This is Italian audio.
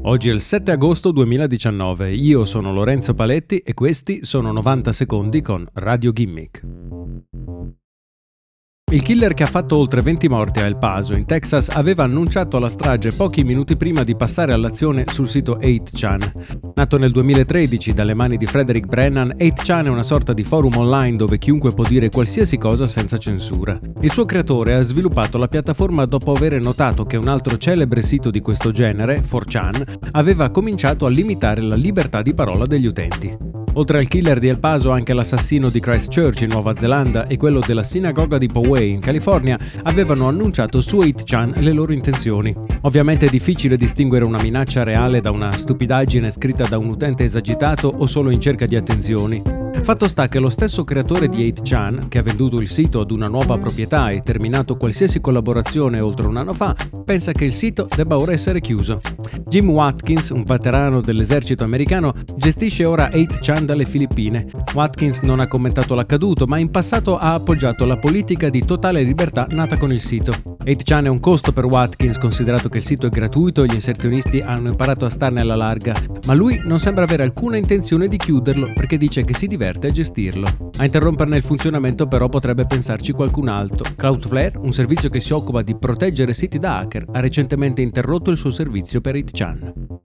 Oggi è il 7 agosto 2019, io sono Lorenzo Paletti e questi sono 90 secondi con Radio Gimmick. Il killer che ha fatto oltre 20 morti a El Paso, in Texas, aveva annunciato la strage pochi minuti prima di passare all'azione sul sito 8chan. Nato nel 2013 dalle mani di Frederick Brennan, 8chan è una sorta di forum online dove chiunque può dire qualsiasi cosa senza censura. Il suo creatore ha sviluppato la piattaforma dopo aver notato che un altro celebre sito di questo genere, 4chan, aveva cominciato a limitare la libertà di parola degli utenti. Oltre al killer di El Paso, anche l'assassino di Christchurch in Nuova Zelanda e quello della sinagoga di Poway in California avevano annunciato su 8chan le loro intenzioni. Ovviamente è difficile distinguere una minaccia reale da una stupidaggine scritta da un utente esagitato o solo in cerca di attenzioni. Fatto sta che lo stesso creatore di 8chan, che ha venduto il sito ad una nuova proprietà e terminato qualsiasi collaborazione oltre un anno fa, pensa che il sito debba ora essere chiuso. Jim Watkins, un veterano dell'esercito americano, gestisce ora 8chan dalle Filippine. Watkins non ha commentato l'accaduto, ma in passato ha appoggiato la politica di totale libertà nata con il sito. 8chan è un costo per Watkins, considerato che il sito è gratuito e gli inserzionisti hanno imparato a starne alla larga, ma lui non sembra avere alcuna intenzione di chiuderlo perché dice che si diverte a gestirlo. A interromperne il funzionamento però potrebbe pensarci qualcun altro. Cloudflare, un servizio che si occupa di proteggere siti da hacker, ha recentemente interrotto il suo servizio per 8chan.